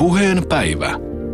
Puheen päivä.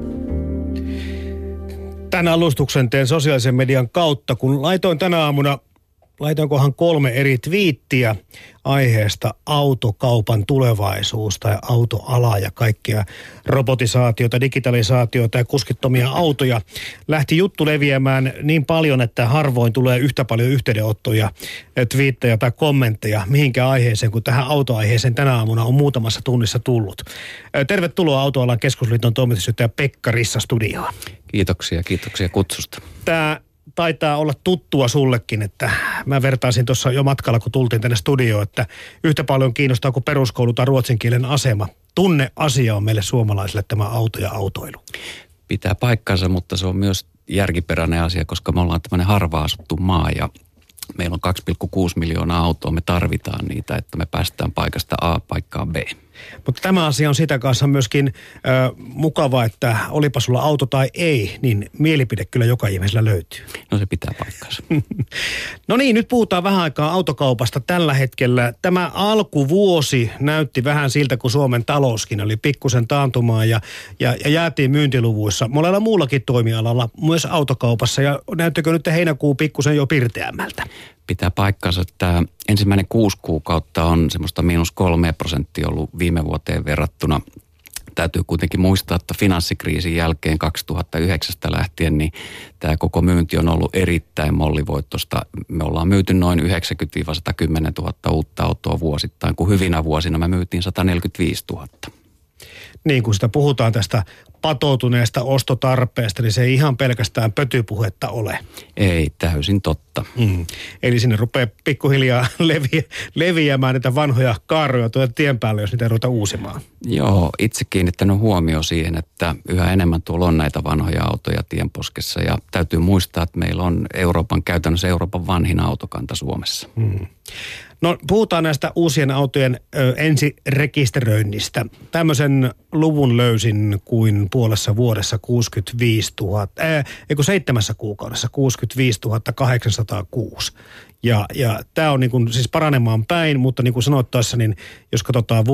Tämän alustuksen teen sosiaalisen median kautta, kun laitoin tänä aamuna, laitoinkohan 3 eri twiittiä aiheesta autokaupan tulevaisuus tai autoala ja kaikkea robotisaatiota, digitalisaatiota ja kuskittomia autoja. Lähti juttu leviämään niin paljon, että harvoin tulee yhtä paljon yhteydenottoja, twiittejä tai kommentteja mihinkään aiheeseen, kun tähän autoaiheeseen tänä aamuna on muutamassa tunnissa tullut. Tervetuloa Autoalan keskusliiton toimitusjohtaja Pekka Rissa studioon. Kiitoksia kutsusta. Tämä taitaa olla tuttua sullekin, että mä vertaisin tuossa jo matkalla, kun tultiin tänne studioon, että yhtä paljon kiinnostaa kuin peruskoulu tai ruotsin kielen asema. Tunneasia on meille suomalaisille tämä auto ja autoilu. Pitää paikkansa, mutta se on myös järkiperäinen asia, koska me ollaan tämmöinen harvaan asuttu maa ja meillä on 2,6 miljoonaa autoa, me tarvitaan niitä, että me päästään paikasta A paikkaan B. Mutta tämä asia on sitä kanssa myöskin mukava, että olipa sulla auto tai ei, niin mielipide kyllä joka ihmisellä löytyy. No se pitää paikkansa. No niin, nyt puhutaan vähän aikaa autokaupasta tällä hetkellä. Tämä alkuvuosi näytti vähän siltä, kun Suomen talouskin oli pikkusen taantumaan ja jäätiin myyntiluvuissa. Monella muullakin toimialalla, myös autokaupassa, ja näyttikö nyt heinäkuu pikkusen jo pirteämmältä? Pitää paikkansa, että ensimmäinen 6 kuukautta on semmoista -3% ollut viime vuoteen verrattuna. Täytyy kuitenkin muistaa, että finanssikriisin jälkeen 2009 lähtien, niin tämä koko myynti on ollut erittäin mollivoittoista. Me ollaan myyty noin 90 000–110 000 uutta autoa vuosittain, kun hyvinä vuosina me myytiin 145 000. Niin kuin sitä puhutaan tästä patoutuneesta ostotarpeesta, niin se ei ihan pelkästään pötypuhetta ole. Ei, täysin totta. Eli sinne rupeaa pikkuhiljaa leviämään niitä vanhoja kaaroja tuolla tien päälle, jos niitä ei ruveta uusimaan. Joo, itse kiinnittänyt huomioon siihen, että yhä enemmän tuolla on näitä vanhoja autoja tienposkessa ja täytyy muistaa, että meillä on käytännössä Euroopan vanhin autokanta Suomessa. No puhutaan näistä uusien autojen ensirekisteröinnistä. Tämmöisen luvun löysin kuin puolessa vuodessa 7 kuukaudessa 65 806. Ja tämä on niin kuin siis paranemaan päin, mutta niin kuin sanoit tuossa, niin jos katsotaan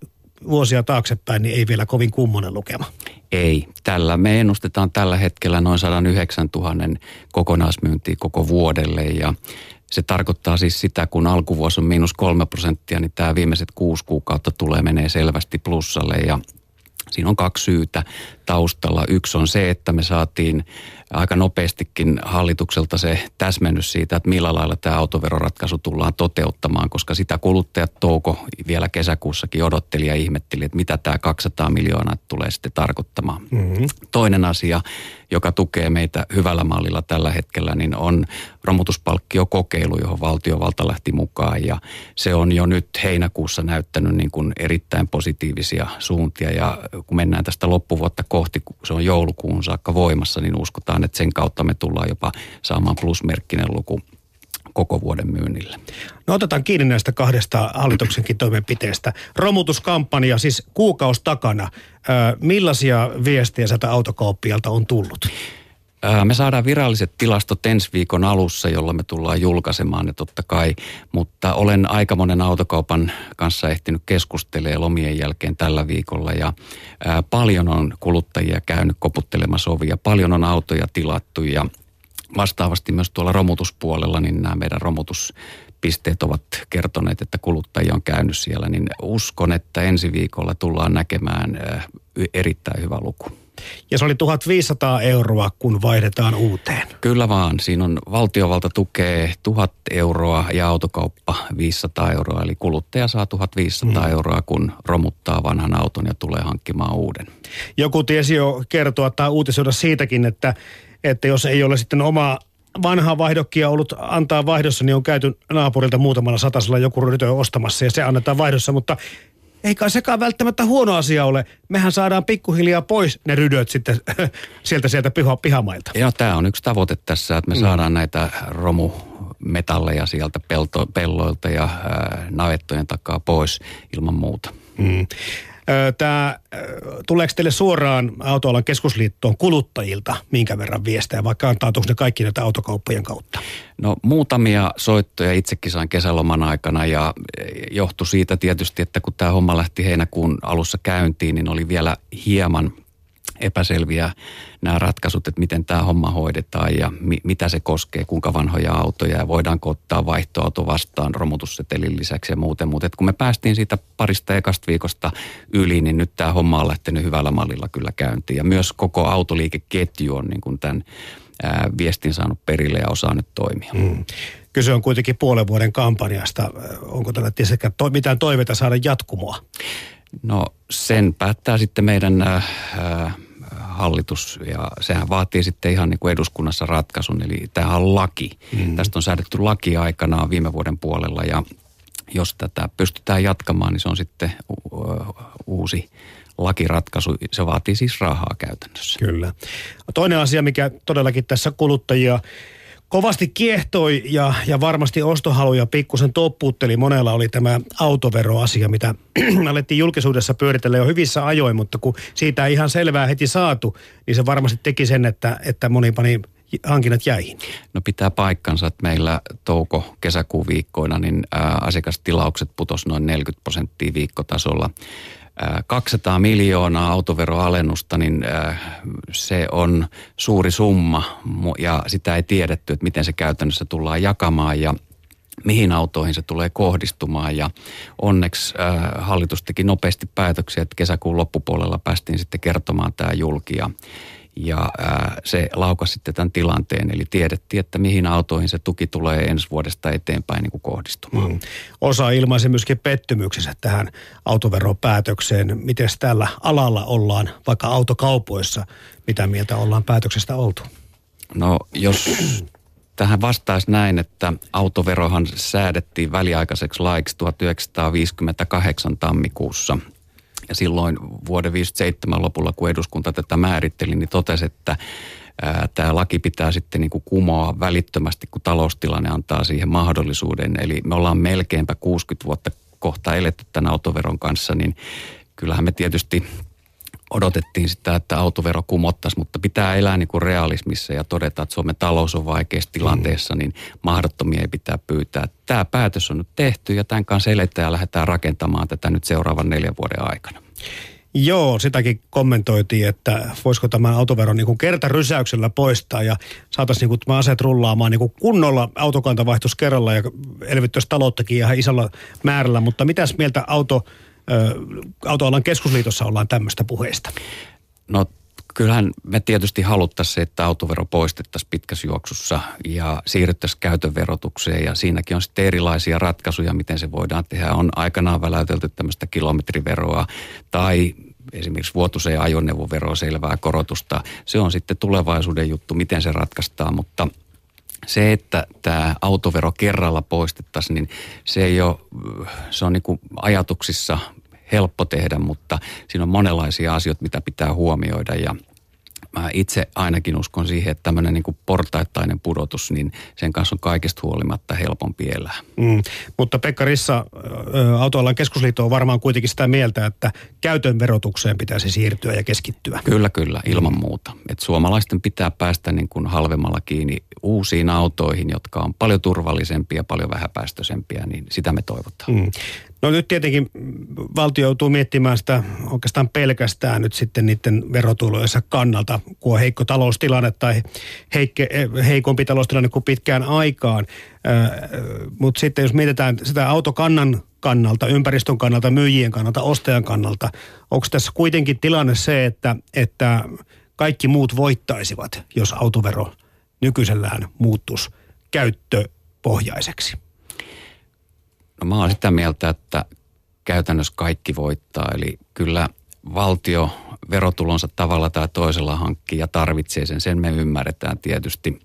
vuosia taaksepäin, niin ei vielä kovin kummonen lukema. Ei. Me ennustetaan tällä hetkellä noin 109 000 kokonaismyyntiä koko vuodelle ja se tarkoittaa siis sitä, kun alkuvuosi on -3%, niin tämä viimeiset 6 kuukautta menee selvästi plussalle ja siinä on 2 syytä taustalla. Yksi on se, että me saatiin aika nopeastikin hallitukselta se täsmennys siitä, että millä lailla tämä autoveroratkaisu tullaan toteuttamaan, koska sitä kuluttajat vielä kesäkuussakin odotteli ja ihmetteli, että mitä tämä 200 miljoonaa tulee sitten tarkoittamaan. Toinen asia, joka tukee meitä hyvällä mallilla tällä hetkellä, niin on romutuspalkkiokokeilu, johon valtiovalta lähti mukaan ja se on jo nyt heinäkuussa näyttänyt niin kuin erittäin positiivisia suuntia ja kun mennään tästä loppuvuotta kohti, kun se on joulukuun saakka voimassa, niin uskotaan, että sen kautta me tullaan jopa saamaan plusmerkkinen luku koko vuoden myynnillä. No otetaan kiinni näistä 2 hallituksenkin toimenpiteestä. Romutuskampanja, siis kuukausi takana. Millaisia viestejä sieltä autokauppialta on tullut? Me saadaan viralliset tilastot ensi viikon alussa, jolla me tullaan julkaisemaan ne totta kai, mutta olen aika monen autokaupan kanssa ehtinyt keskustelemaan lomien jälkeen tällä viikolla ja paljon on kuluttajia käynyt koputtelemassa ovia, paljon on autoja tilattu ja vastaavasti myös tuolla romutuspuolella, niin nämä meidän romutuspisteet ovat kertoneet, että kuluttajia on käynyt siellä, niin uskon, että ensi viikolla tullaan näkemään erittäin hyvä luku. Ja se oli 1 500 euroa, kun vaihdetaan uuteen. Kyllä vaan. Siinä on valtiovalta tukee 1 000 euroa ja autokauppa 500 euroa. Eli kuluttaja saa 1 500 euroa, kun romuttaa vanhan auton ja tulee hankkimaan uuden. Joku tiesi jo kertoa tai uutisoida siitäkin, että jos ei ole sitten omaa vanhaa vaihdokkia ollut antaa vaihdossa, niin on käyty naapurilta muutamalla satasella joku rytö ostamassa ja se annetaan vaihdossa, mutta ei kai sekaan välttämättä huono asia ole. Mehän saadaan pikkuhiljaa pois ne rydöt sitten sieltä pihamailta. Joo, tämä on yksi tavoite tässä, että me saadaan näitä romumetalleja sieltä pelloilta ja navettojen takaa pois ilman muuta. Tuleeko teille suoraan Autoalan keskusliittoon kuluttajilta minkä verran viestejä, vaikka antautuuko ne kaikki näitä autokauppojen kautta? No muutamia soittoja itsekin sain kesäloman aikana ja johtui siitä tietysti, että kun tämä homma lähti heinäkuun alussa käyntiin, niin oli vielä hieman epäselviä nämä ratkaisut, että miten tämä homma hoidetaan ja mitä se koskee, kuinka vanhoja autoja ja voidaanko ottaa vaihtoauto vastaan romutussetelin lisäksi ja muuten. Mutta kun me päästiin siitä parista ekasta viikosta yli, niin nyt tämä homma on lähtenyt hyvällä mallilla kyllä käyntiin. Ja myös koko autoliikeketju on niin kuin tämän viestin saanut perille ja osaa nyt toimia. Kyse on kuitenkin puolen vuoden kampanjasta. Onko tällä mitään toiveita saada jatkumoa? No sen päättää sitten meidän hallitus ja sehän vaatii sitten ihan niin kuin eduskunnassa ratkaisun. Eli tämähän on laki. Tästä on säädetty laki aikanaan viime vuoden puolella ja jos tätä pystytään jatkamaan, niin se on sitten uusi lakiratkaisu. Se vaatii siis rahaa käytännössä. Kyllä. Toinen asia, mikä todellakin tässä kuluttajia kovasti kiehtoi ja varmasti ostohaluja pikkusen toppuutteli. Monella oli tämä autoveroasia, mitä alettiin julkisuudessa pyöritellä jo hyvissä ajoin, mutta kun siitä ei ihan selvää heti saatu, niin se varmasti teki sen, että moni pani hankinnat jäihin. No pitää paikkansa, että meillä touko-kesäkuun viikkoina niin asiakastilaukset putosi noin 40% viikkotasolla. 200 miljoonaa autoveroalennusta, niin se on suuri summa ja sitä ei tiedetty, että miten se käytännössä tullaan jakamaan ja mihin autoihin se tulee kohdistumaan. Ja onneksi hallitus teki nopeasti päätöksiä, että kesäkuun loppupuolella päästiin sitten kertomaan tämä julki ja se laukasi sitten tämän tilanteen, eli tiedettiin, että mihin autoihin se tuki tulee ensi vuodesta eteenpäin niin kuin kohdistumaan. Osa ilmaisi myöskin pettymyksensä tähän autoveropäätökseen. Miten tällä alalla ollaan, vaikka autokaupoissa, mitä mieltä ollaan päätöksestä oltu? No jos tähän vastaisi näin, että autoverohan säädettiin väliaikaiseksi laiksi 1958 tammikuussa. Ja silloin vuoden 1957 lopulla, kun eduskunta tätä määritteli, niin totesi, että tämä laki pitää sitten niin kuin kumoa välittömästi, kun taloustilanne antaa siihen mahdollisuuden. Eli me ollaan melkeinpä 60 vuotta kohta eletty tämän autoveron kanssa, niin kyllähän me tietysti odotettiin sitä, että autovero kumottaisi, mutta pitää elää niin kuin realismissa ja todeta, että Suomen talous on vaikeassa tilanteessa, niin mahdottomia ei pitää pyytää. Tämä päätös on nyt tehty ja tämän kanssa eletään ja lähdetään rakentamaan tätä nyt seuraavan 4 vuoden aikana. Joo, sitäkin kommentoitiin, että voisiko tämän autoveron niin kuin kertarysäyksellä poistaa ja saataisiin niin kuin tämä aset rullaamaan niin kuin kunnolla autokanta vaihtuisi kerralla ja elvyttäisi talouttakin ihan isolla määrällä, mutta mitäs mieltä Autoalan keskusliitossa ollaan tämmöistä puheesta? No kyllähän me tietysti haluttaisiin, että autovero poistettaisiin pitkässä juoksussa ja siirryttäisiin käytön verotukseen ja siinäkin on sitten erilaisia ratkaisuja, miten se voidaan tehdä. On aikanaan väläytelty tämmöistä kilometriveroa tai esimerkiksi vuotuiseen ajoneuvoveroon selvää korotusta. Se on sitten tulevaisuuden juttu, miten se ratkaistaan, mutta se, että tämä autovero kerralla poistettaisiin, niin se on niin kuin ajatuksissa helppo tehdä, mutta siinä on monenlaisia asioita, mitä pitää huomioida ja mä itse ainakin uskon siihen, että tämmöinen niin kuin portaittainen pudotus, niin sen kanssa on kaikesta huolimatta helpompi elää. Mutta Pekka Rissa, Autoalan keskusliitto on varmaan kuitenkin sitä mieltä, että käytön verotukseen pitäisi siirtyä ja keskittyä. Kyllä, ilman muuta. Että suomalaisten pitää päästä niin kuin halvemmalla kiinni uusiin autoihin, jotka on paljon turvallisempia, paljon vähäpäästöisempiä, niin sitä me toivotaan. No nyt tietenkin valtio joutuu miettimään sitä oikeastaan pelkästään nyt sitten niiden verotulojensa kannalta, kun on heikko taloustilanne tai heikompi taloustilanne kuin pitkään aikaan. Mutta sitten jos mietitään sitä autokannan kannalta, ympäristön kannalta, myyjien kannalta, ostajan kannalta, onko tässä kuitenkin tilanne se, että kaikki muut voittaisivat, jos autovero nykyisellään muuttuisi käyttöpohjaiseksi? No mä oon sitä mieltä, että käytännössä kaikki voittaa, eli kyllä valtio verotulonsa tavalla tai toisella hankkii ja tarvitsee sen me ymmärretään tietysti.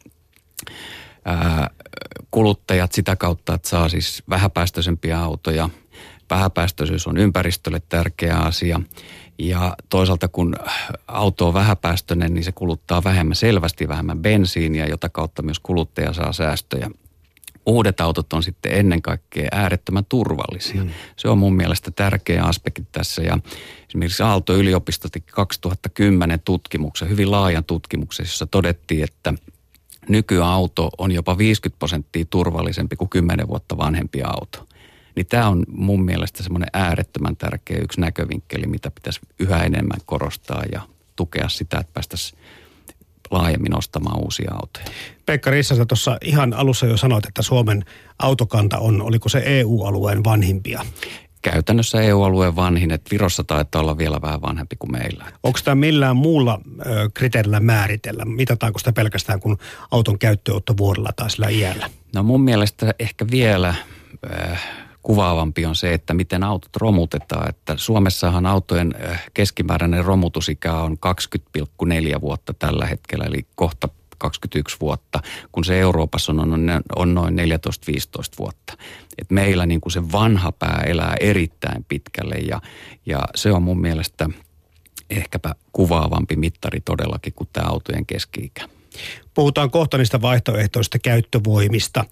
Kuluttajat sitä kautta, että saa siis vähäpäästöisempiä autoja. Vähäpäästöisyys on ympäristölle tärkeä asia ja toisaalta kun auto on vähäpäästöinen, niin se kuluttaa selvästi vähemmän bensiiniä, jota kautta myös kuluttaja saa säästöjä. uudet autot on sitten ennen kaikkea äärettömän turvallisia. Se on mun mielestä tärkeä aspekti tässä ja esimerkiksi Aalto-yliopisto teki 2010 tutkimuksen, hyvin laajan tutkimuksen, jossa todettiin, että nykyauto on jopa 50% turvallisempi kuin 10 vuotta vanhempi auto. Niin tämä on mun mielestä semmoinen äärettömän tärkeä yksi näkövinkkeli, mitä pitäisi yhä enemmän korostaa ja tukea sitä, että päästäisiin laajemmin ostamaan uusia autoja. Pekka Rissanen, tuossa ihan alussa jo sanoit, että Suomen autokanta on, oliko se EU-alueen vanhimpia? Käytännössä EU-alueen vanhin, että Virossa taitaa olla vielä vähän vanhempi kuin meillä. Onko tämä millään muulla kriteerillä määritellä? Mitataanko sitä pelkästään kun auton käyttöönottovuodella tai sillä iällä? No mun mielestä ehkä vielä kuvaavampi on se, että miten autot romutetaan. Että Suomessahan autojen keskimääräinen romutusikä on 20,4 vuotta tällä hetkellä, eli kohta 21 vuotta, kun se Euroopassa on noin 14-15 vuotta. Et meillä niin kuin se vanha pää elää erittäin pitkälle ja se on mun mielestä ehkäpä kuvaavampi mittari todellakin kuin tämä autojen keski-ikä. Puhutaan kohta niistä vaihtoehtoisista käyttövoimista.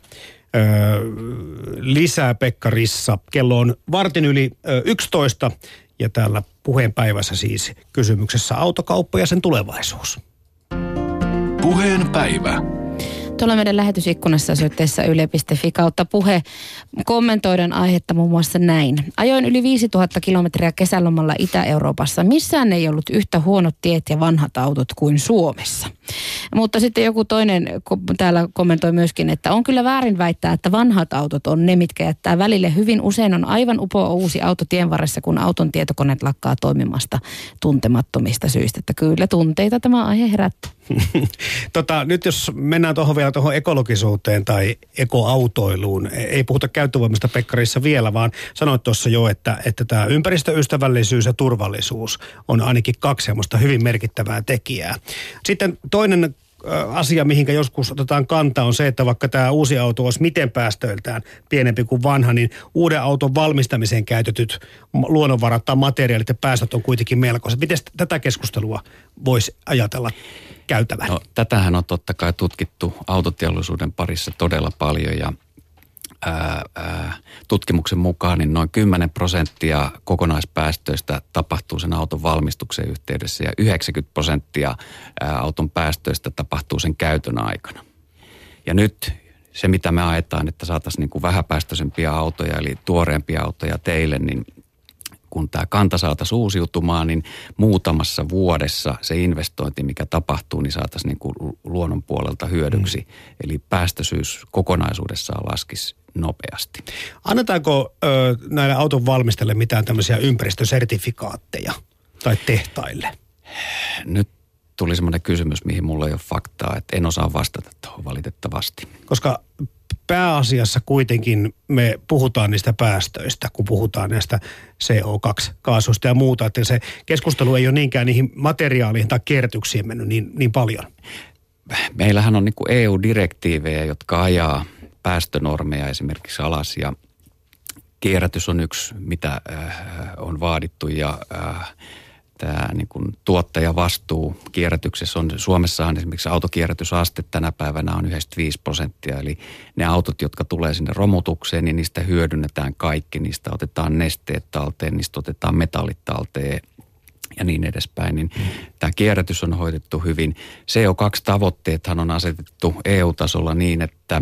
Lisää Pekka Rissa. Kello on 11:15 ja täällä Puheenpäivässä siis kysymyksessä autokauppa ja sen tulevaisuus. Puheenpäivä. Tuolla meidän lähetysikkunassa syötteessä yle.fi kautta puhe kommentoidaan aihetta muun muassa näin. Ajoin yli 5000 kilometriä kesälomalla Itä-Euroopassa. Missään ei ollut yhtä huonot tiet ja vanhat autot kuin Suomessa. Mutta sitten joku toinen täällä kommentoi myöskin, että on kyllä väärin väittää, että vanhat autot on ne, mitkä jättää välille. Hyvin usein on aivan upo uusi auto tien varressa, kun auton tietokoneet lakkaa toimimasta tuntemattomista syistä. Että kyllä tunteita tämä aihe herättää. Nyt jos mennään vielä tuohon ekologisuuteen tai ekoautoiluun, ei puhuta käyttövoimasta Pekka Rissa vielä, vaan sanoit tuossa jo, että tämä ympäristöystävällisyys ja turvallisuus on ainakin 2 semmoista hyvin merkittävää tekijää. Sitten toinen asia, mihinkä joskus otetaan kantaa, on se, että vaikka tämä uusi auto olisi miten päästöiltään pienempi kuin vanha, niin uuden auton valmistamiseen käytetyt luonnonvarat tai materiaalit ja päästöt on kuitenkin melkoiset. Miten tätä keskustelua voisi ajatella käytävän? No, tätähän on totta kai tutkittu autoteollisuuden parissa todella paljon ja tutkimuksen mukaan niin noin 10% kokonaispäästöistä tapahtuu sen auton valmistuksen yhteydessä ja 90% auton päästöistä tapahtuu sen käytön aikana. Ja nyt se, mitä me ajetaan, että saataisiin niin kuin vähäpäästöisempiä autoja eli tuoreempia autoja teille, niin kun tämä kanta saataisiin uusiutumaan, niin muutamassa vuodessa se investointi, mikä tapahtuu, niin saataisiin niin kuin luonnon puolelta hyödyksi. Eli päästöisyys kokonaisuudessaan laskisi nopeasti. Annetaanko näille auton valmistajille mitään tämmöisiä ympäristösertifikaatteja tai tehtaille? Nyt tuli semmoinen kysymys, mihin mulla ei ole faktaa, että en osaa vastata tuohon valitettavasti. Koska pääasiassa kuitenkin me puhutaan niistä päästöistä, kun puhutaan näistä CO2-kaasuista ja muuta, että se keskustelu ei ole niinkään niihin materiaaleihin tai kierrätyksiin mennyt niin paljon. Meillähän on niin kuin EU-direktiivejä, jotka ajaa päästönormeja esimerkiksi alas ja kierrätys on yksi, mitä on vaadittu ja tämä niin kuin tuottajavastuu kierrätyksessä on, Suomessahan esimerkiksi autokierrätysaste tänä päivänä on 95%, eli ne autot, jotka tulee sinne romutukseen, niin niistä hyödynnetään kaikki, niistä otetaan nesteet talteen, niistä otetaan metallit talteen ja niin edespäin, niin tämä kierrätys on hoidettu hyvin. CO2-tavoitteethan on asetettu EU-tasolla niin, että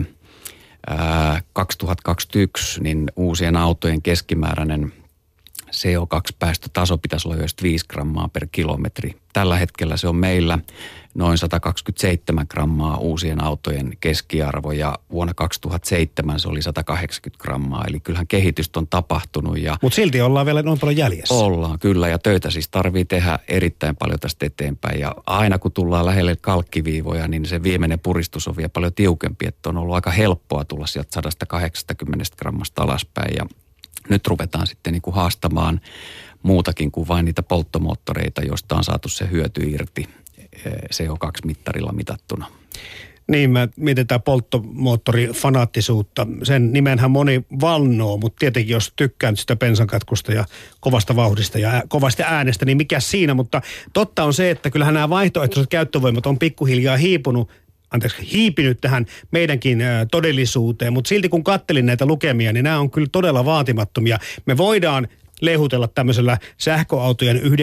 2021 niin uusien autojen keskimääräinen CO2-päästötaso pitäisi olla 95 grammaa per kilometri. Tällä hetkellä se on meillä noin 127 grammaa uusien autojen keskiarvo ja vuonna 2007 se oli 180 grammaa. Eli kyllähän kehitystä on tapahtunut. Mutta silti ollaan vielä noin paljon jäljessä. Ollaan kyllä ja töitä siis tarvii tehdä erittäin paljon tästä eteenpäin. Ja aina kun tullaan lähelle kalkkiviivoja, niin se viimeinen puristus on vielä paljon tiukempi. Että on ollut aika helppoa tulla sieltä 180 grammasta alaspäin ja nyt ruvetaan sitten niin kuin haastamaan muutakin kuin vain niitä polttomoottoreita, joista on saatu se hyöty irti CO2-mittarilla mitattuna. Niin, mä mietin tätä polttomoottorifanaattisuutta. Sen nimenhän moni vannoo, mutta tietenkin jos tykkään sitä bensankatkusta ja kovasta vauhdista ja kovasta äänestä, niin mikä siinä. Mutta totta on se, että kyllähän nämä vaihtoehtoiset käyttövoimat on pikkuhiljaa hiipunut hiipinyt tähän meidänkin todellisuuteen, mutta silti kun kattelin näitä lukemia, niin nämä on kyllä todella vaatimattomia. Me voidaan lehutella tämmöisellä sähköautojen 96%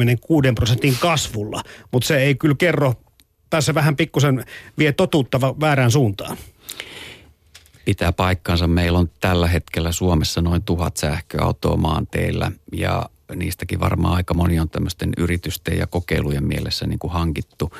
kasvulla, mutta se ei kyllä kerro, tässä vähän pikkusen vie totuutta väärään suuntaan. Pitää paikkansa. Meillä on tällä hetkellä Suomessa noin 1000 sähköautoa maanteillä ja niistäkin varmaan aika moni on tämmöisten yritysten ja kokeilujen mielessä niin kuin hankittu.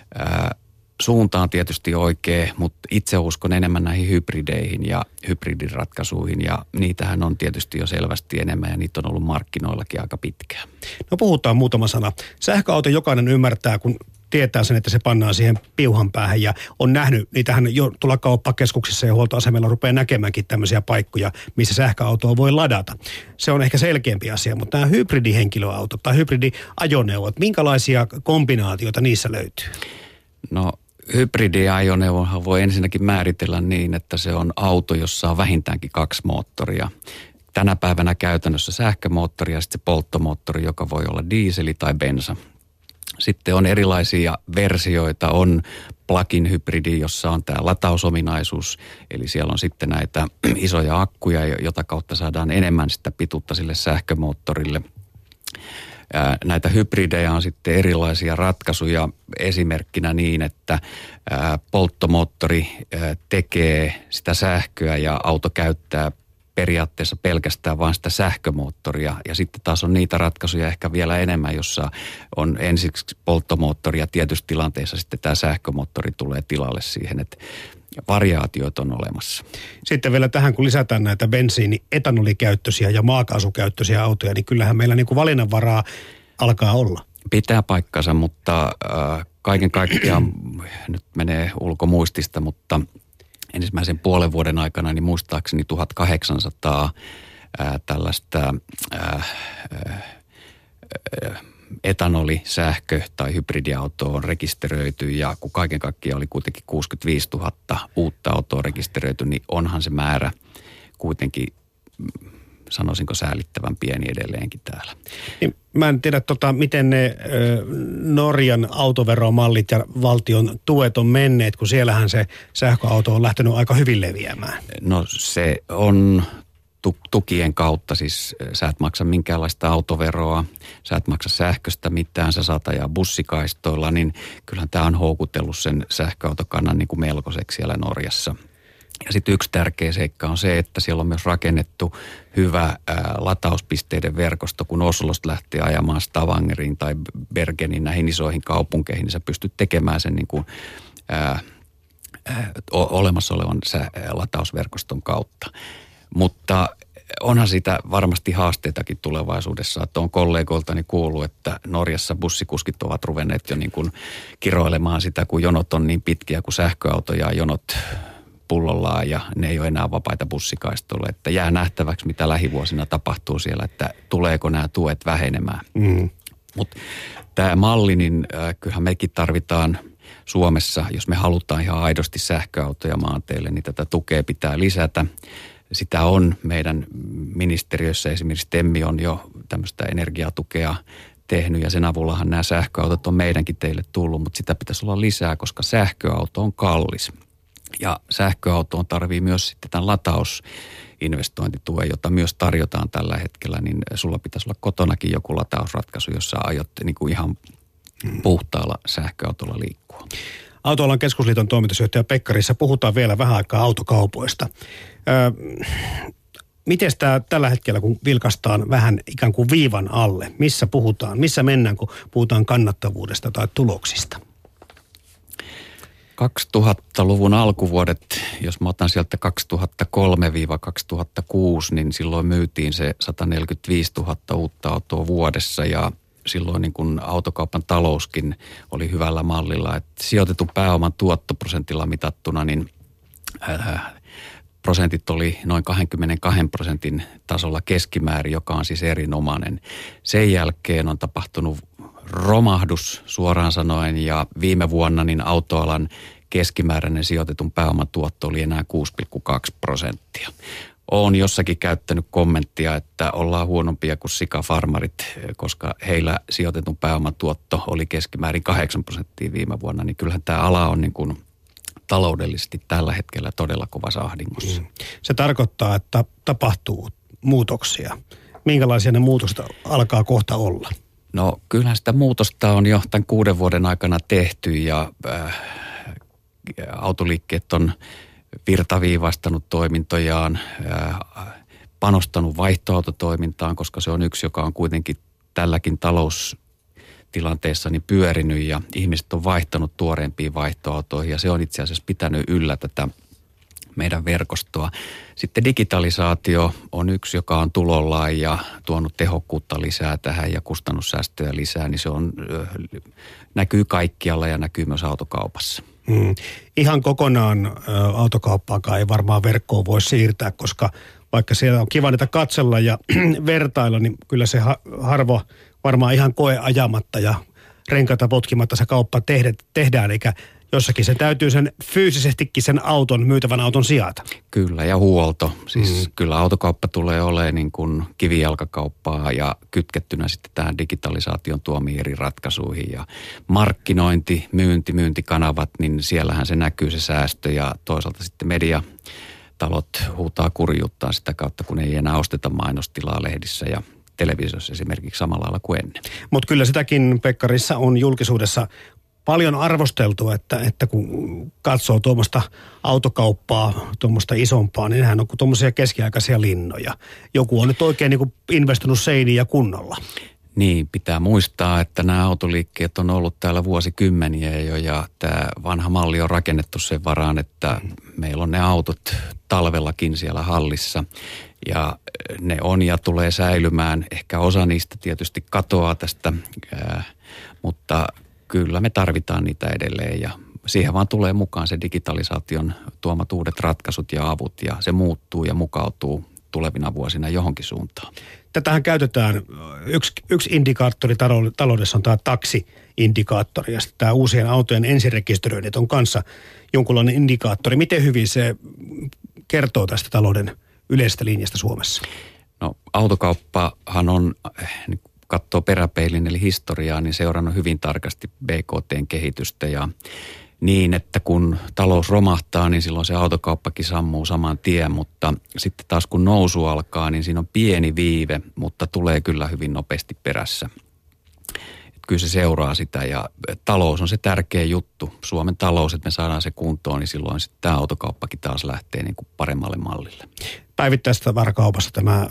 Suunta on tietysti oikea, mutta itse uskon enemmän näihin hybrideihin ja hybridiratkaisuihin ja niitähän on tietysti jo selvästi enemmän ja niitä on ollut markkinoillakin aika pitkään. No puhutaan muutama sana. Sähköauto jokainen ymmärtää, kun tietää sen, että se pannaan siihen piuhan päähän ja on nähnyt, niitähän jo tuolla kauppakeskuksissa ja huoltoasemilla rupeaa näkemäänkin tämmöisiä paikkoja, missä sähköautoa voi ladata. Se on ehkä selkeämpi asia, mutta nämä hybridihenkilöautot tai hybridiajoneuvot, minkälaisia kombinaatioita niissä löytyy? No hybridiajoneuvohan voi ensinnäkin määritellä niin, että se on auto, jossa on vähintäänkin 2 moottoria. Tänä päivänä käytännössä sähkömoottori ja sitten se polttomoottori, joka voi olla diiseli tai bensa. Sitten on erilaisia versioita, on plug-in hybridi, jossa on tämä latausominaisuus, eli siellä on sitten näitä isoja akkuja, jota kautta saadaan enemmän sitä pituutta sille sähkömoottorille. Näitä hybridejä on sitten erilaisia ratkaisuja esimerkkinä niin, että polttomoottori tekee sitä sähköä ja auto käyttää periaatteessa pelkästään vain sitä sähkömoottoria. Ja sitten taas on niitä ratkaisuja ehkä vielä enemmän, jossa on ensiksi polttomoottori ja tietyissä tilanteissa sitten tämä sähkömoottori tulee tilalle siihen, että variaatioita on olemassa. Sitten vielä tähän, kun lisätään näitä bensiini-etanolikäyttöisiä ja maakaasukäyttöisiä autoja, niin kyllähän meillä niin kuin valinnanvaraa alkaa olla. Pitää paikkansa, mutta kaiken kaikkiaan nyt menee ulkomuistista, mutta ensimmäisen puolen vuoden aikana niin muistaakseni 1800 tällaista etanoli-, sähkö- tai hybridiautoa on rekisteröity ja kun kaiken kaikkiaan oli kuitenkin 65 000 uutta autoa rekisteröity, niin onhan se määrä kuitenkin, sanoisinko säälittävän pieni edelleenkin täällä. Niin, mä en tiedä, miten ne Norjan autoveromallit ja valtion tuet on menneet, kun siellähän se sähköauto on lähtenyt aika hyvin leviämään. No se on tukien kautta, siis sä et maksa minkäänlaista autoveroa, sä et maksa sähköstä mitään, sä saat ajaa bussikaistoilla, niin kyllähän tämä on houkutellut sen sähköautokannan niin kuin melkoiseksi siellä Norjassa. Ja sitten yksi tärkeä seikka on se, että siellä on myös rakennettu hyvä latauspisteiden verkosto, kun Oslosta lähtee ajamaan Stavangeriin tai Bergenin näihin isoihin kaupunkeihin, niin sä pystyt tekemään sen niin kuin, olemassa olevan latausverkoston kautta. Mutta onhan siitä varmasti haasteitakin tulevaisuudessa, että on kollegoiltani kuullut, että Norjassa bussikuskit ovat ruvenneet jo niin kuin kiroilemaan sitä, kun jonot on niin pitkiä kuin sähköautoja ja jonot pullollaan ja ne ei ole enää vapaita bussikaistoilla. Että jää nähtäväksi, mitä lähivuosina tapahtuu siellä, että tuleeko nämä tuet vähenemään. Mutta tämä malli, niin kyllähän mekin tarvitaan Suomessa, jos me halutaan ihan aidosti sähköautoja maanteille, niin tätä tukea pitää lisätä. Sitä on meidän ministeriössä, esimerkiksi TEMMI on jo tämmöistä energiatukea tehnyt ja sen avullahan nämä sähköautot on meidänkin teille tullut, mutta sitä pitäisi olla lisää, koska sähköauto on kallis. Ja sähköautoon tarvii myös sitten tämän latausinvestointituen, jota myös tarjotaan tällä hetkellä, niin sulla pitäisi olla kotonakin joku latausratkaisu, jossa aiot niin kuin ihan puhtaalla sähköautolla liikkua. Autoalan keskusliiton toimitusjohtaja Pekkarissa, puhutaan vielä vähän aikaa autokaupoista. Miten tämä tällä hetkellä, kun vilkaistaan vähän ikään kuin viivan alle, missä puhutaan, missä mennään, kun puhutaan kannattavuudesta tai tuloksista? 2000-luvun alkuvuodet, jos mä otan sieltä 2003-2006, niin silloin myytiin se 145 000 uutta autoa vuodessa ja silloin niin kun autokaupan talouskin oli hyvällä mallilla. Että sijoitetun pääoman tuottoprosentilla mitattuna, niin prosentit oli noin 22% tasolla keskimäärin, joka on siis erinomainen. Sen jälkeen on tapahtunut romahdus suoraan sanoen ja viime vuonna niin autoalan keskimääräinen sijoitetun pääoman tuotto oli enää 6,2%. Olen jossakin käyttänyt kommenttia, että ollaan huonompia kuin sikafarmarit, koska heillä sijoitetun pääoman tuotto oli keskimäärin 8% viime vuonna, niin kyllähän tämä ala on niin kuin taloudellisesti tällä hetkellä todella kovassa ahdingossa. Se tarkoittaa, että tapahtuu muutoksia. Minkälaisia ne muutokset alkaa kohta olla? No kyllähän sitä muutosta on jo tämän 6 vuoden aikana tehty ja autoliikkeet on virtaviivaistanut toimintojaan, panostanut vaihtoautotoimintaan, koska se on yksi, joka on kuitenkin tälläkin taloustilanteessa niin pyörinyt ja ihmiset on vaihtanut tuoreempiin vaihtoautoihin ja se on itse asiassa pitänyt yllä tätä meidän verkostoa. Sitten digitalisaatio on yksi, joka on tulollaan ja tuonut tehokkuutta lisää tähän ja kustannussäästöjä lisää, niin se on, näkyy kaikkialla ja näkyy myös autokaupassa. Ihan kokonaan autokauppaakaan ei varmaan verkkoon voi siirtää, koska vaikka siellä on kiva niitä katsella ja vertailla, niin kyllä se harvo varmaan ihan koe ajamatta ja renkaita potkimatta se kauppa tehdään, eikä jossakin se täytyy sen fyysisestikin sen myytävän auton sijata. Kyllä, ja huolto. Siis kyllä autokauppa tulee olemaan niin kuin kivijalkakauppaa ja kytkettynä sitten tähän digitalisaation tuomiin eri ratkaisuihin. Ja markkinointi, myyntikanavat, niin siellähän se näkyy se säästö ja toisaalta sitten mediatalot huutaa kurjuuttaa sitä kautta, kun ei enää osteta mainostilaa lehdissä ja televisiossa esimerkiksi samalla lailla kuin ennen. Mutta kyllä sitäkin Pekkarissa on julkisuudessa paljon arvosteltu, että kun katsoo tuommoista autokauppaa, tuommoista isompaa, niin nehän on kuin tuommoisia keskiaikaisia linnoja. Joku on nyt oikein niin kuin investoinut seiniin ja kunnolla. Niin, pitää muistaa, että nämä autoliikkeet on ollut täällä vuosikymmeniä jo ja tämä vanha malli on rakennettu sen varaan, että meillä on ne autot talvellakin siellä hallissa ja ne on ja tulee säilymään. Ehkä osa niistä tietysti katoaa tästä, mutta kyllä me tarvitaan niitä edelleen ja siihen vaan tulee mukaan se digitalisaation tuomat uudet ratkaisut ja avut ja se muuttuu ja mukautuu tulevina vuosina johonkin suuntaan. Tätähän käytetään, yksi indikaattori taloudessa on tämä taksi-indikaattori ja sitten tämä uusien autojen ensirekisteröinnit on kanssa jonkunlainen indikaattori. Miten hyvin se kertoo tästä talouden yleisestä linjasta Suomessa? No autokauppahan on, niin katsoo peräpeilin eli historiaa, niin seurannut hyvin tarkasti BKT:n kehitystä ja niin, että kun talous romahtaa, niin silloin se autokauppakin sammuu saman tien, mutta sitten taas kun nousu alkaa, niin siinä on pieni viive, mutta tulee kyllä hyvin nopeasti perässä. Et kyllä se seuraa sitä ja talous on se tärkeä juttu. Suomen talous, että me saadaan se kuntoon, niin silloin sitten tämä autokauppakin taas lähtee niin kuin paremmalle mallille. Päivittäistavarakaupassa tämä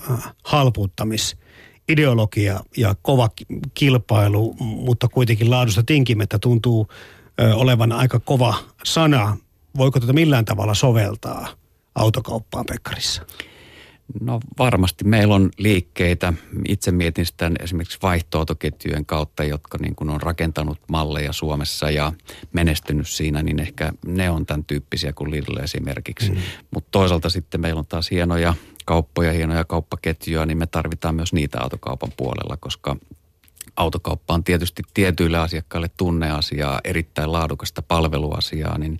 halpuuttamisideologia ja kova kilpailu, mutta kuitenkin laadusta tinkimättä tuntuu olevan aika kova sana. Voiko tätä millään tavalla soveltaa autokauppaan Pekkarissa? No varmasti meillä on liikkeitä. Itse mietin sitä esimerkiksi vaihtoautoketjujen kautta, jotka niin kuin on rakentanut malleja Suomessa ja menestynyt siinä, niin ehkä ne on tämän tyyppisiä kuin Lidl esimerkiksi. Mutta toisaalta sitten meillä on taas hienoja kauppoja, hienoja kauppaketjuja, niin me tarvitaan myös niitä autokaupan puolella, koska autokauppa on tietysti tietyille asiakkaille tunneasiaa, erittäin laadukasta palveluasiaa, niin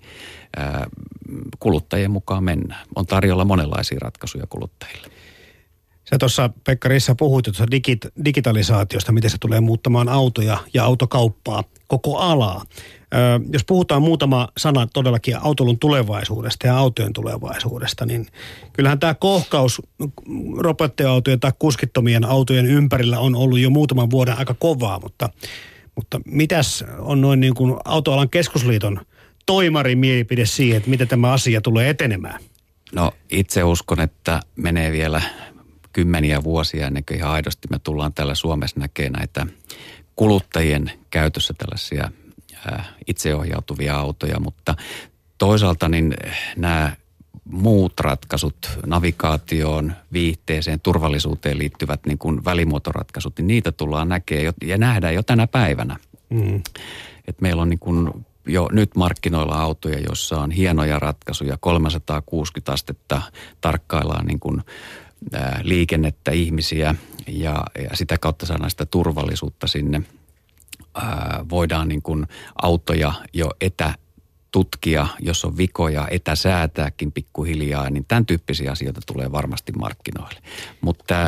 kuluttajien mukaan mennään. On tarjolla monenlaisia ratkaisuja kuluttajille. Sä tuossa Pekkarissa puhuit tuossa digitalisaatiosta, miten se tulee muuttamaan autoja ja autokauppaa, koko alaa. Jos puhutaan muutama sana todellakin autolun tulevaisuudesta ja autojen tulevaisuudesta, niin kyllähän tämä kohkaus robottiautojen tai kuskittomien autojen ympärillä on ollut jo muutaman vuoden aika kovaa, mutta mitäs on noin niin kuin Autoalan keskusliiton toimarin mielipide siihen, että miten tämä asia tulee etenemään? No itse uskon, että menee vielä kymmeniä vuosia ennen kuin ihan aidosti me tullaan täällä Suomessa näkemään näitä kuluttajien käytössä tällaisia itseohjautuvia autoja, mutta toisaalta niin nämä muut ratkaisut, navigaatioon, viihteeseen, turvallisuuteen liittyvät niin kuin välimuotoratkaisut, niin niitä tullaan näkemään ja nähdään jo tänä päivänä. Et meillä on niin kuin jo nyt markkinoilla autoja, joissa on hienoja ratkaisuja, 360 astetta tarkkaillaan niin kuin liikennettä, ihmisiä ja sitä kautta saadaan sitä turvallisuutta sinne. Voidaan niin kuin autoja jo etätutkia, jos on vikoja, etäsäätääkin pikkuhiljaa, niin tämän tyyppisiä asioita tulee varmasti markkinoille. Mutta tämä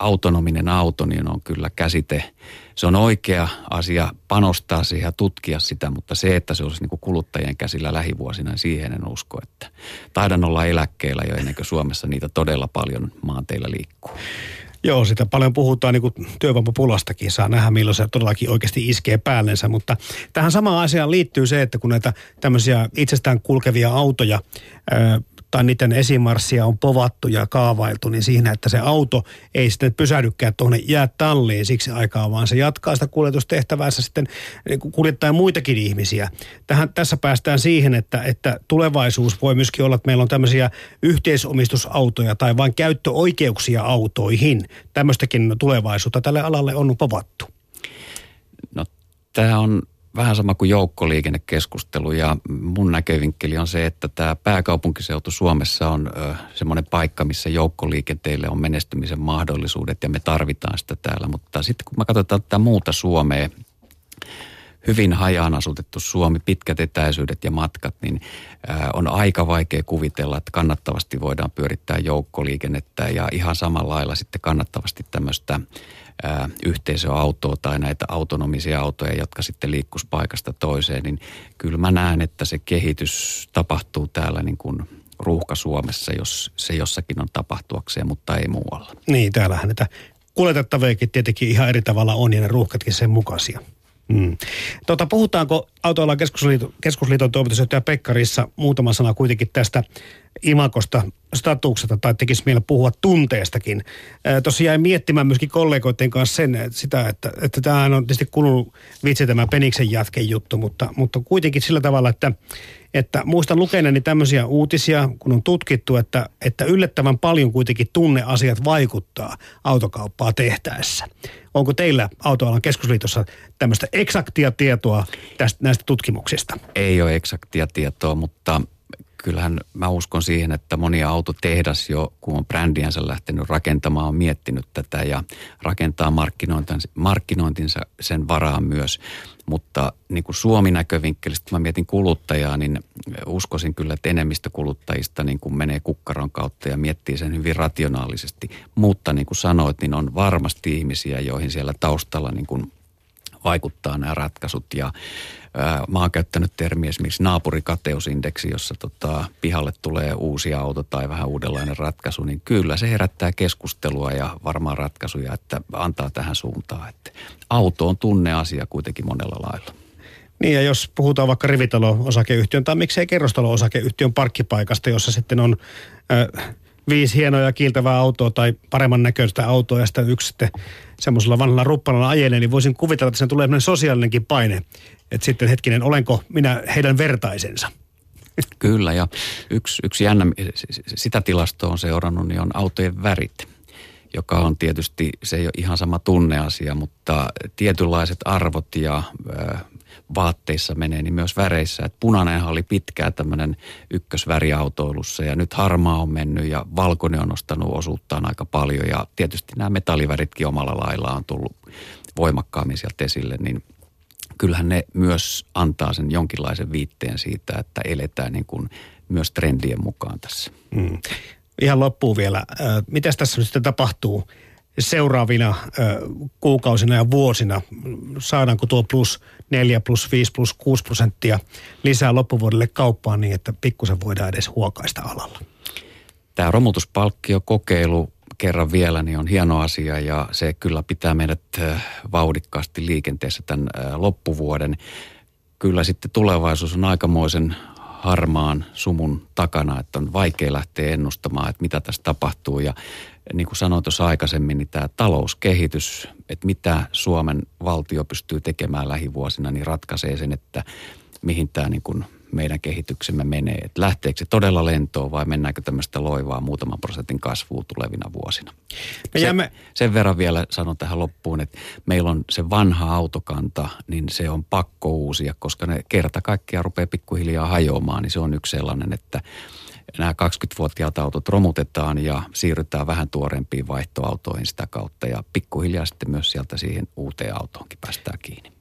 autonominen auto niin on kyllä käsite. Se on oikea asia panostaa siihen ja tutkia sitä, mutta se, että se olisi niin kuin kuluttajien käsillä lähivuosina, niin siihen en usko, että taidan olla eläkkeellä jo ennen kuin Suomessa niitä todella paljon maanteillä liikkuu. Joo, sitä paljon puhutaan niin kuin työvoimapulastakin. Saa nähdä, milloin se todellakin oikeasti iskee päällensä. Mutta tähän samaan asiaan liittyy se, että kun näitä tämmöisiä itsestään kulkevia autoja tai niiden esimarssia on povattu ja kaavailtu, niin siinä, että se auto ei sitten pysähdykään tuonne jäätalliin siksi aikaa, vaan se jatkaa sitä kuljetustehtäväänsä sitten kuljettaa muitakin ihmisiä. Tässä päästään siihen, että tulevaisuus voi myöskin olla, että meillä on tämmöisiä yhteisomistusautoja tai vain käyttöoikeuksia autoihin. Tämmöistäkin tulevaisuutta tälle alalle on povattu. No, tämä on vähän sama kuin joukkoliikennekeskustelu ja mun näkövinkkeli on se, että tämä pääkaupunkiseutu Suomessa on semmoinen paikka, missä joukkoliikenteelle on menestymisen mahdollisuudet ja me tarvitaan sitä täällä. Mutta sitten kun me katsotaan tätä muuta Suomea, hyvin hajaan asutettu Suomi, pitkät etäisyydet ja matkat, niin on aika vaikea kuvitella, että kannattavasti voidaan pyörittää joukkoliikennettä ja ihan samalla lailla sitten kannattavasti tämmöistä yhteisöautoa tai näitä autonomisia autoja, jotka sitten liikkuisi paikasta toiseen, niin kyllä mä näen, että se kehitys tapahtuu täällä niin kuin ruuhka-Suomessa, jos se jossakin on tapahtuakseen, mutta ei muualla. Niin, täällähän näitä kuljetettaviakin tietenkin ihan eri tavalla on ja ne ruuhkatkin sen mukaisia. Puhutaanko Autoalan keskusliiton toimitusjohtaja Pekka Rissa muutama sana kuitenkin tästä imagosta, statuksesta tai tekisi meillä puhua tunteestakin. Tuossa jäin miettimään myöskin kollegoiden kanssa sitä, että tämähän on tietysti kulunut vitsi tämä Peniksen jatken juttu, mutta kuitenkin sillä tavalla, että muistan lukeneeni tämmöisiä uutisia, kun on tutkittu, että yllättävän paljon kuitenkin tunneasiat vaikuttaa autokauppaa tehtäessä. Onko teillä Autoalan keskusliitossa tämmöistä eksaktia tietoa näistä tutkimuksista? Ei ole eksaktia tietoa, mutta kyllähän mä uskon siihen, että moni autotehdas jo, kun on brändiänsä lähtenyt rakentamaan, on miettinyt tätä ja rakentaa markkinointinsa sen varaan myös. Mutta niin kuin Suomi-näkövinkkelistä, kun mä mietin kuluttajaa, niin uskoisin kyllä, että enemmistö kuluttajista niin kuin menee kukkaron kautta ja miettii sen hyvin rationaalisesti. Mutta niin kuin sanoit, niin on varmasti ihmisiä, joihin siellä taustalla niin kuin vaikuttaa nämä ratkaisut ja mä oon käyttänyt termiä esimerkiksi naapurikateusindeksi, jossa pihalle tulee uusi auto tai vähän uudenlainen ratkaisu, niin kyllä se herättää keskustelua ja varmaan ratkaisuja, että antaa tähän suuntaan, että auto on tunneasia kuitenkin monella lailla. Niin ja jos puhutaan vaikka rivitalo-osakeyhtiön tai miksei kerrostalo-osakeyhtiön parkkipaikasta, jossa sitten on 5 hienoja kiiltävää autoa tai paremman näköistä autoa ja sitten yksi sitten semmoisella vanhalla ruppalalla ajelee, niin voisin kuvitella, että sen tulee sellainen sosiaalinenkin paine. Että sitten hetkinen, olenko minä heidän vertaisensa? Kyllä ja yksi jännä, sitä tilastoa on seurannut, niin on autojen värit, joka on tietysti, se ei ole ihan sama tunneasia, mutta tietynlaiset arvot ja vaatteissa menee, niin myös väreissä. Et punainenhan oli pitkään tämmöinen ykkösväri autoilussa ja nyt harmaa on mennyt ja valkoinen on nostanut osuuttaan aika paljon ja tietysti nämä metalliväritkin omalla laillaan on tullut voimakkaammin sieltä esille, niin kyllähän ne myös antaa sen jonkinlaisen viitteen siitä, että eletään niin kuin myös trendien mukaan tässä. Ihan loppuun vielä. Mitäs tässä sitten tapahtuu seuraavina kuukausina ja vuosina? Saadaanko tuo +4, +5, +6% lisää loppuvuodelle kauppaan niin, että pikkusen voidaan edes huokaista alalla? Tämä romutuspalkkiokokeilu kerran vielä niin on hieno asia ja se kyllä pitää meidät vauhdikkaasti liikenteessä tämän loppuvuoden. Kyllä sitten tulevaisuus on aikamoisen harmaan sumun takana, että on vaikea lähteä ennustamaan, että mitä tässä tapahtuu. Ja niin kuin sanoin tuossa aikaisemmin, niin tämä talouskehitys, että mitä Suomen valtio pystyy tekemään lähivuosina, niin ratkaisee sen, että mihin tämä niin kuin meidän kehityksemme menee. Että lähteekö se todella lentoon vai mennäänkö tämmöistä loivaa muutaman prosentin kasvua tulevina vuosina. Sen verran vielä sanon tähän loppuun, että meillä on se vanha autokanta, niin se on pakko uusia, koska ne kerta kaikkiaan rupeaa pikkuhiljaa hajoamaan, niin se on yksi sellainen, että nämä 20-vuotiaat autot romutetaan ja siirrytään vähän tuoreempiin vaihtoautoihin sitä kautta ja pikkuhiljaa sitten myös sieltä siihen uuteen autoonkin päästään kiinni.